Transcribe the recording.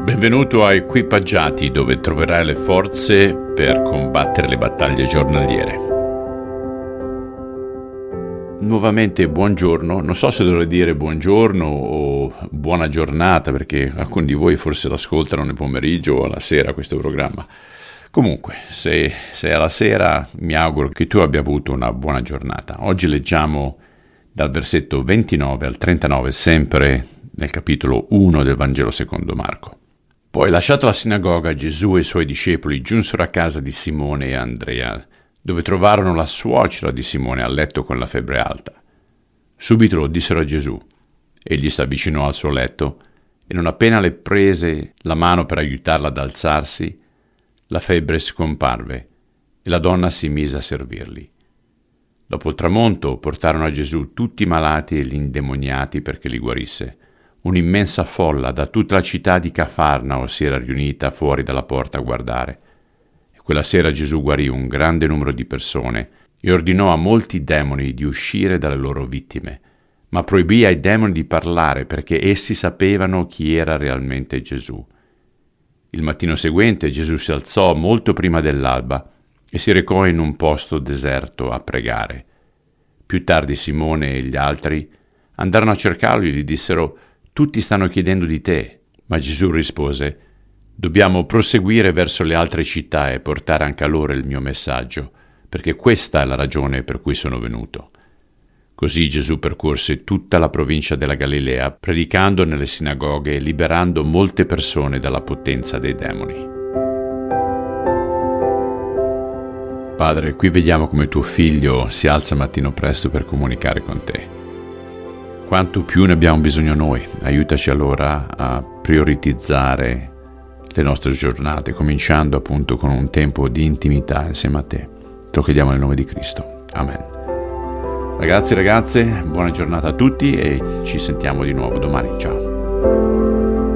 Benvenuto a Equipaggiati, dove troverai le forze per combattere le battaglie giornaliere. Nuovamente buongiorno, non so se dovrei dire buongiorno o buona giornata, perché alcuni di voi forse l'ascoltano nel pomeriggio o alla sera questo programma. Comunque, se è alla sera, mi auguro che tu abbia avuto una buona giornata. Oggi leggiamo dal versetto 29 al 39, sempre nel capitolo 1 del Vangelo secondo Marco. Poi, lasciata la sinagoga, Gesù e i suoi discepoli giunsero a casa di Simone e Andrea, dove trovarono la suocera di Simone a letto con la febbre alta. Subito lo dissero a Gesù. Egli si avvicinò al suo letto e non appena le prese la mano per aiutarla ad alzarsi, la febbre scomparve e la donna si mise a servirli. Dopo il tramonto portarono a Gesù tutti i malati e gli indemoniati perché li guarisse. Un'immensa folla da tutta la città di Cafarnao si era riunita fuori dalla porta a guardare. E quella sera Gesù guarì un grande numero di persone e ordinò a molti demoni di uscire dalle loro vittime, ma proibì ai demoni di parlare perché essi sapevano chi era realmente Gesù. Il mattino seguente Gesù si alzò molto prima dell'alba e si recò in un posto deserto a pregare. Più tardi Simone e gli altri andarono a cercarlo e gli dissero: «Tutti stanno chiedendo di te». Ma Gesù rispose: «Dobbiamo proseguire verso le altre città e portare anche a loro il mio messaggio, perché questa è la ragione per cui sono venuto». Così Gesù percorse tutta la provincia della Galilea, predicando nelle sinagoghe e liberando molte persone dalla potenza dei demoni. Padre, qui vediamo come tuo figlio si alza mattino presto per comunicare con te. Quanto più ne abbiamo bisogno noi, aiutaci allora a prioritizzare le nostre giornate, cominciando appunto con un tempo di intimità insieme a te. Te lo chiediamo nel nome di Cristo. Amen. Ragazzi e ragazze, buona giornata a tutti e ci sentiamo di nuovo domani. Ciao.